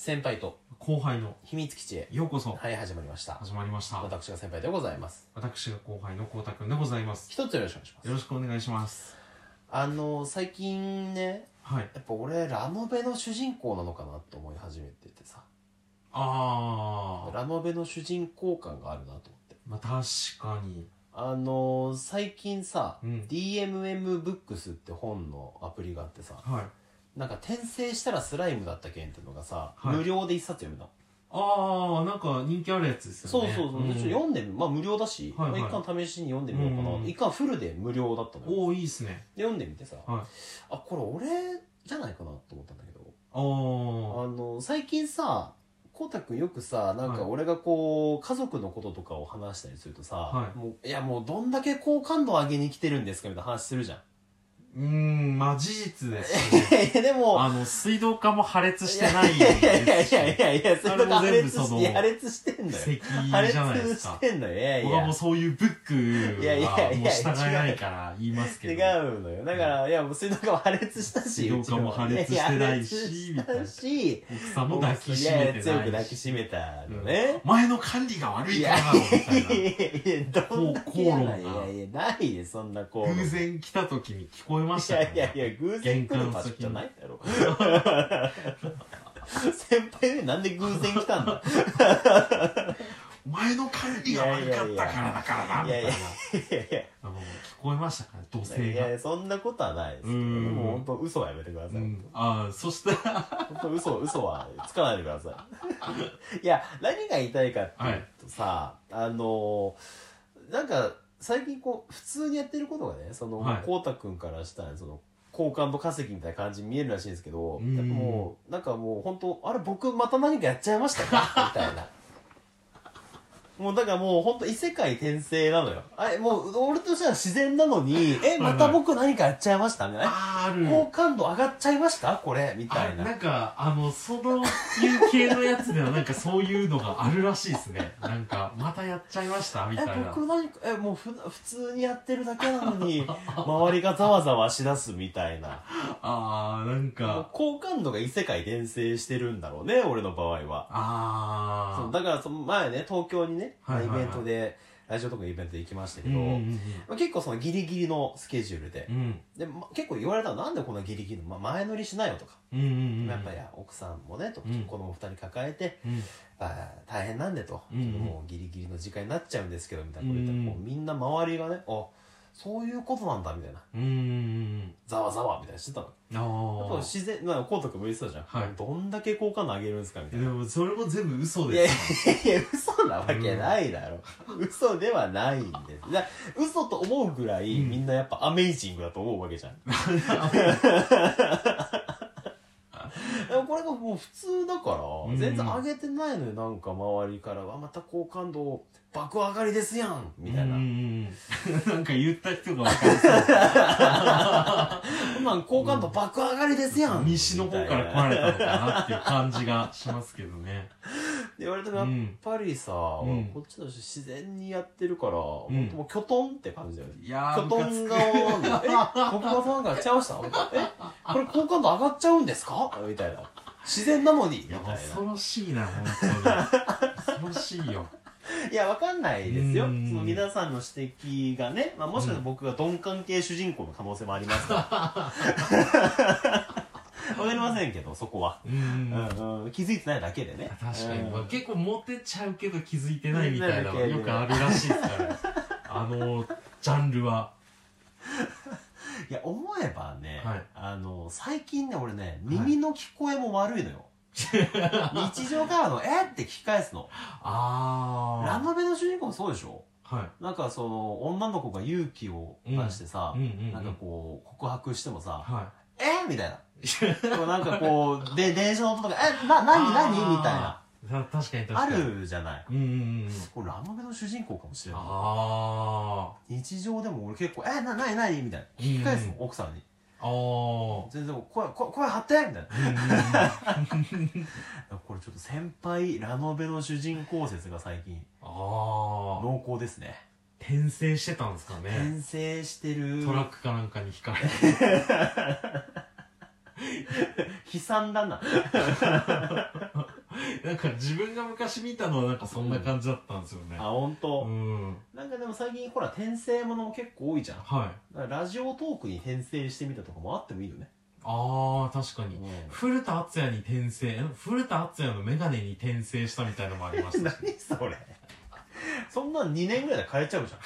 先輩と後輩の秘密基地へようこそ。 はい始まりました。 始まりました。 私が先輩でございます。 私が後輩のこうたくんでございます。 一つよろしくお願いします。 よろしくお願いします。 最近ね、 はい。 やっぱ俺ラノベの主人公なのかなと思い始めててさ、ラノベの主人公感があるなと思って。 まあ確かに。 最近さ、 うん、 DMM ブックスって本のアプリがあってさ、 はい。 なんか転生したらスライムだった件っていうのがさ、 はい、 無料で一冊読めた。 なんか人気あるやつですよね。 そう、ちょっと読んでみ、まあ無料だし、 はいはい、 まあ、一貫試しに読んでみようかな、一貫フルで無料だったのよ。 おー、いいっすね。 で読んでみてさ、 はい、 あ、これ俺じゃないかなと思ったんだけど、最近さ、こうたくんよくさ、なんか俺がこう、家族のこととかを話したりするとさ、 はい、 もうどんだけ好感度上げに来てるんですかみたいな話するじゃん。 まあ事実ですね。 でも、 水道管も破裂してないですし。 いや、それも全部破裂してんのよ。 石じゃないですか。 破裂してんのよ。 僕はもうそういうブックはもう従えないから言いますけど。 違うのよ。だから、いや、もう水道管も破裂したし。 水道管も破裂してないし、みたいな。奥さんも抱きしめてないし。 強く抱きしめたのね。 前の管理が悪いからだろ、みたいな。 どんだけやない。いや、ないで、そんなこう。 偶然来た時に聞こえましたね。 いや、偶然来る場所じゃないだろ。先輩でなんで偶然来たんだ。 お前の管理が悪かったからだからな、みたいな。聞こえましたから、土星が。 いや、そんなことはないですけど、もう本当嘘はやめてください。 そして本当嘘はつかないでください。いや、何が言いたいかっていうとさ、なんか、最近こう、普通にやってることがね、こうたくんからしたら、好感度稼ぎみたいな感じに見えるらしいんですけど、もう、なんかもう本当、あれ僕また何かやっちゃいましたかみたいな。もうだからもうほんと異世界転生なのよ。もう俺としては自然なのに、また僕何かやっちゃいましたみたいな。好感度上がっちゃいましたこれみたいな。 なんか、そういう系のやつではなんかそういうのがあるらしいですね。なんか、またやっちゃいましたみたいな。 僕何か、もう普通にやってるだけなのに、周りがざわざわしだすみたいな。 なんか。 好感度が異世界転生してるんだろうね、俺の場合は。だから前ね、東京にね、イベントで、ラジオとかのイベントで行きましたけど、結構ギリギリのスケジュールで、で結構言われたの、なんでこんなギリギリの、前乗りしないよとか、やっぱり奥さんもね、子供2人抱えて、大変なんでと、もうギリギリの時間になっちゃうんですけど、みたいなこと言ったら、みんな周りがね、そういうことなんだみたいな、ざわざわみたいなしてたの。やっぱ自然、こうとかも言ってたじゃん、どんだけ好感度上げるんですかみたいな。 でもそれも全部嘘です。 いや嘘なわけないだろ、嘘ではないんです。嘘と思うぐらい、みんなやっぱアメイジングだと思うわけじゃん。でもこれがもう普通だから、全然上げてないのよ。なんか周りからはまた好感度爆上がりですやんみたいな。 なんか言った人が分かりそう。 まあ好感度爆上がりですやん。 西の方から来られたのかなっていう感じがしますけどね。 言われてもやっぱりさ、こっちの人自然にやってるから、本当もうキョトンって感じだよね。キョトン顔なんだよ。僕がなんかやっちゃいましたこれ好感度上がっちゃうんですかみたいな。自然なのにみたいな。 恐ろしいな、本当に。恐ろしいよ。 いや、わかんないですよ。その皆さんの指摘がね、もしかしたら僕が鈍感系主人公の可能性もありますから。わかりませんけど、そこは。気づいてないだけでね。 確かに。結構モテちゃうけど気づいてないみたいなのがよくあるらしいですからね。ジャンルは。 いや、思えばね、最近ね、俺ね、耳の聞こえも悪いのよ。日常からのって聞き返すの。ラノベの主人公もそうでしょ。なんか女の子が勇気を出してさ、なんかこう告白してもさ、みたいな。なんかこう電車の音とか何みたいな。 確かにあるじゃない。これラノベの主人公かもしれない。日常でも俺結構何みたいな聞き返すの、奥さんに。全然声張ってみたいな。これちょっと先輩ラノベの主人公説が最近濃厚ですね。 転生してたんですかね。 転生してる。 トラックかなんかに引かれて。 悲惨だな。 なんか自分が昔見たのはなんかそんな感じだったんですよね。 あ、本当。 うん。 なんかでも最近ほら転生ものも結構多いじゃん。 はい。 だからラジオトークに転生してみたとかもあってもいいよね。 ああ、確かに。古田敦也に転生、古田敦也のメガネに転生したみたいなのもありましたし。 何それ。そんなん2年ぐらいで変えちゃうじゃ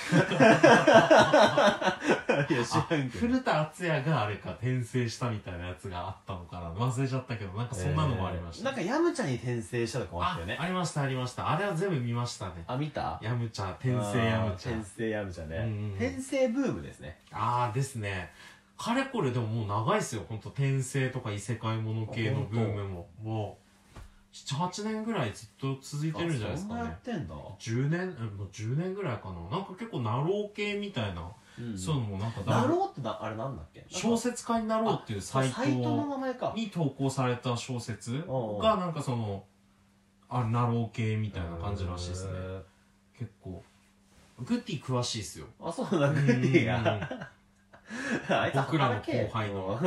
ん。いや、知らんけど。 古田敦也があれか、転生したみたいなやつがあったのかな。忘れちゃったけど、なんかそんなのもありました。 なんかヤムチャに転生したとかもあったよね。 ありました、ありました。あれは全部見ましたね。 あ、見た？ ヤムチャ、転生ヤムチャ。 転生ヤムチャね。転生ブームですね。 ああ、ですね。かれこれでももう長いっすよ。ほんと転生とか異世界もの系のブームも。もう、7、8年ぐらいずっと続いてるんじゃないですかね。 そんなやってんだ。 10年、もう10年ぐらいかな。なんか結構ナロー系みたいな、そういうのもなんかナローってあれなんだっけ？ 小説家になろうっていうサイトの名前かに投稿された小説がなんかその、ナロー系みたいな感じらしいですね。結構。グッディ詳しいっすよ。 あ、そうなんだ、グッディが。 僕らの後輩の。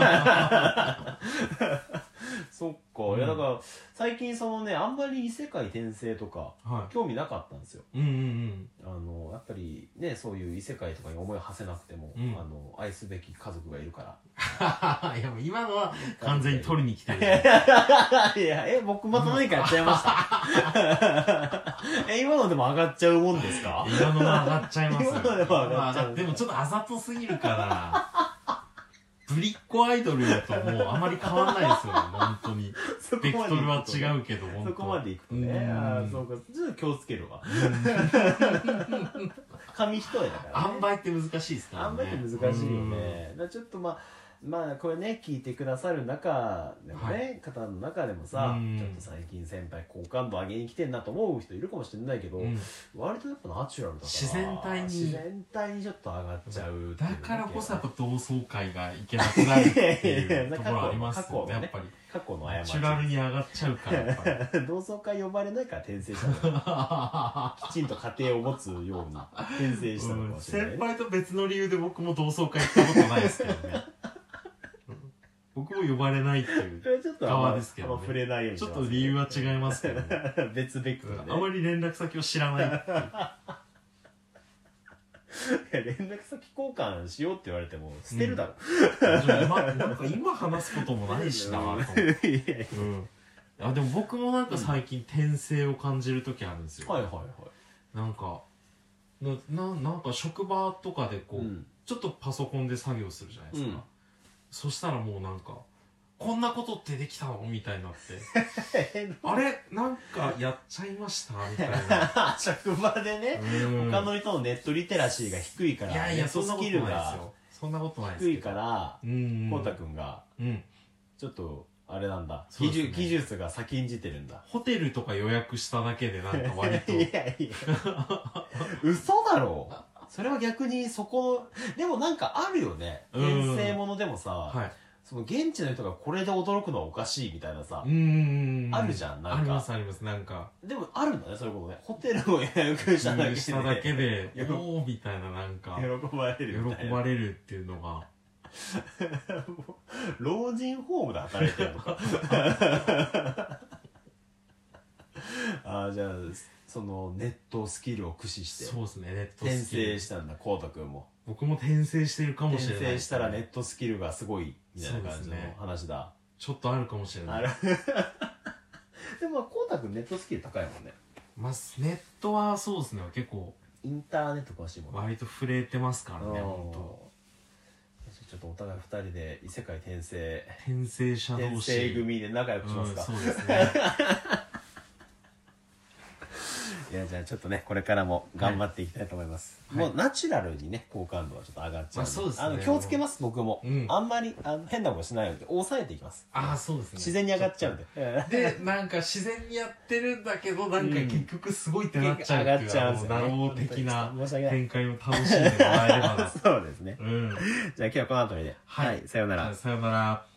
そっか、いやだから最近そのね、あんまり異世界転生とか興味なかったんですよ。やっぱりね、そういう異世界とかに思いを馳せなくても、愛すべき家族がいるから。 いや、今のは完全に取りに来てる。 いや、僕また何かやっちゃいました。今のでも上がっちゃうもんですか？ 今のも上がっちゃいます。 今のでも上がっちゃう。 でもちょっとあざとすぎるから、ぶりっ子アイドルだともうあまり変わんないですよね、本当に。ベクトルは違うけど、本当。 そこまでいくとね。ああ、そうか。ちょっと気をつけるわ。紙一重だからね。 塩梅って難しいですからね。 塩梅って難しいよね。ちょっとまあこれね、聞いてくださる中でもね、方の中でもさ、ちょっと最近先輩好感度上げに来てんなと思う人いるかもしれないけど、割とやっぱナチュラルだから自然体にちょっと上がっちゃう。 だからこそやっぱ同窓会がいけなくなるっていうところありますよね、やっぱり。 過去の過ち。 ナチュラルに上がっちゃうから、やっぱり。 同窓会呼ばれないから転生したの。きちんと家庭を持つように転生したのかもしれない。 先輩と別の理由で僕も同窓会行ったことないですけどね。僕も呼ばれないっていう側ですけどね。 触れないようにちょっと理由は違いますけどね。 別ベクトルね。 あまり連絡先を知らないっていう。 連絡先交換しようって言われても捨てるだろ。 なんか今話すこともないしなと思って。でも僕もなんか最近転生を感じる時あるんですよ。 はいはいはい。 なんか職場とかでこう、ちょっとパソコンで作業するじゃないですか。そしたらもうなんか、こんなことってできたのみたいになって。あれなんかやっちゃいましたみたいな。 職場でね、他の人のネットリテラシーが低いから、 いや、そんなことないですよ。そんなことないです低いから、こうたくんが、ちょっあれなんだ、技術が先んじてるんだ。 ホテルとか予約しただけでなんか割といや嘘だろ。それは逆にそこでもなんかあるよね。転生ものでもさ、その現地の人がこれで驚くのはおかしいみたいなさ、あるじゃん。なんかありますあります。なんかでもあるんだね、そういうことね。ホテルを予約しただけでおーみたいな、なんか喜ばれるみたいな、 喜ばれるっていうのが老人ホームで働いてるのかじゃあそのネットスキルを駆使して、 そうですね、ネット転生したんだ、こうたくんも。 僕も転生してるかもしれない。 転生したらネットスキルがすごいみたいな感じの話だ。 ちょっとあるかもしれない。 でもこうたくんネットスキル高いもんね。 まあネットはそうですね、結構インターネット詳しいもんね。 割と触れてますからね、本当。 ちょっとお互い2人で異世界転生者同士、 転生組で仲良くしますか。 そうですね。 いや、じゃあちょっとね、これからも頑張っていきたいと思います。もうナチュラルにね、好感度はちょっと上がっちゃう。 そうですね。 気をつけます、僕も。あんまり変なことしないように抑えていきます。 そうですね。 自然に上がっちゃうんで。 で、なんか自然にやってるんだけど、なんか結局すごいってなっちゃうっていう、 上がっちゃうんですよね。 ナロー的な展開を楽しんでもらえればな。 そうですね。じゃあ今日はこの後で。はい、さようなら。 さようなら。